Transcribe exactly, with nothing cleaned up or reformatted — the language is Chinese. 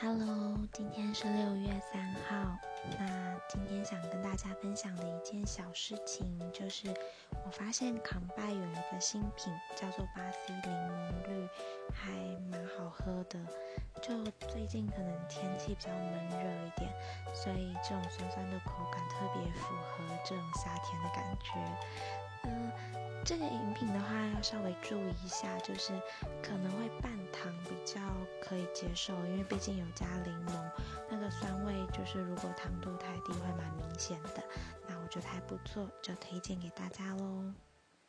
Hello，今天是六月三号。那今天想跟大家分享的一件小事情，就是我发现康拜有一个新品，叫做巴西柠檬绿，还蛮好喝的。就最近可能天气比较闷热一点，所以这种酸酸的口感特别符合这种夏天的感觉。嗯、呃，这个饮品的话要稍微注意一下，就是可能会半糖比较可以接受，因为毕竟有加柠檬，那个酸味就是如果糖度太低会蛮明显的。那我觉得还不错，就推荐给大家咯。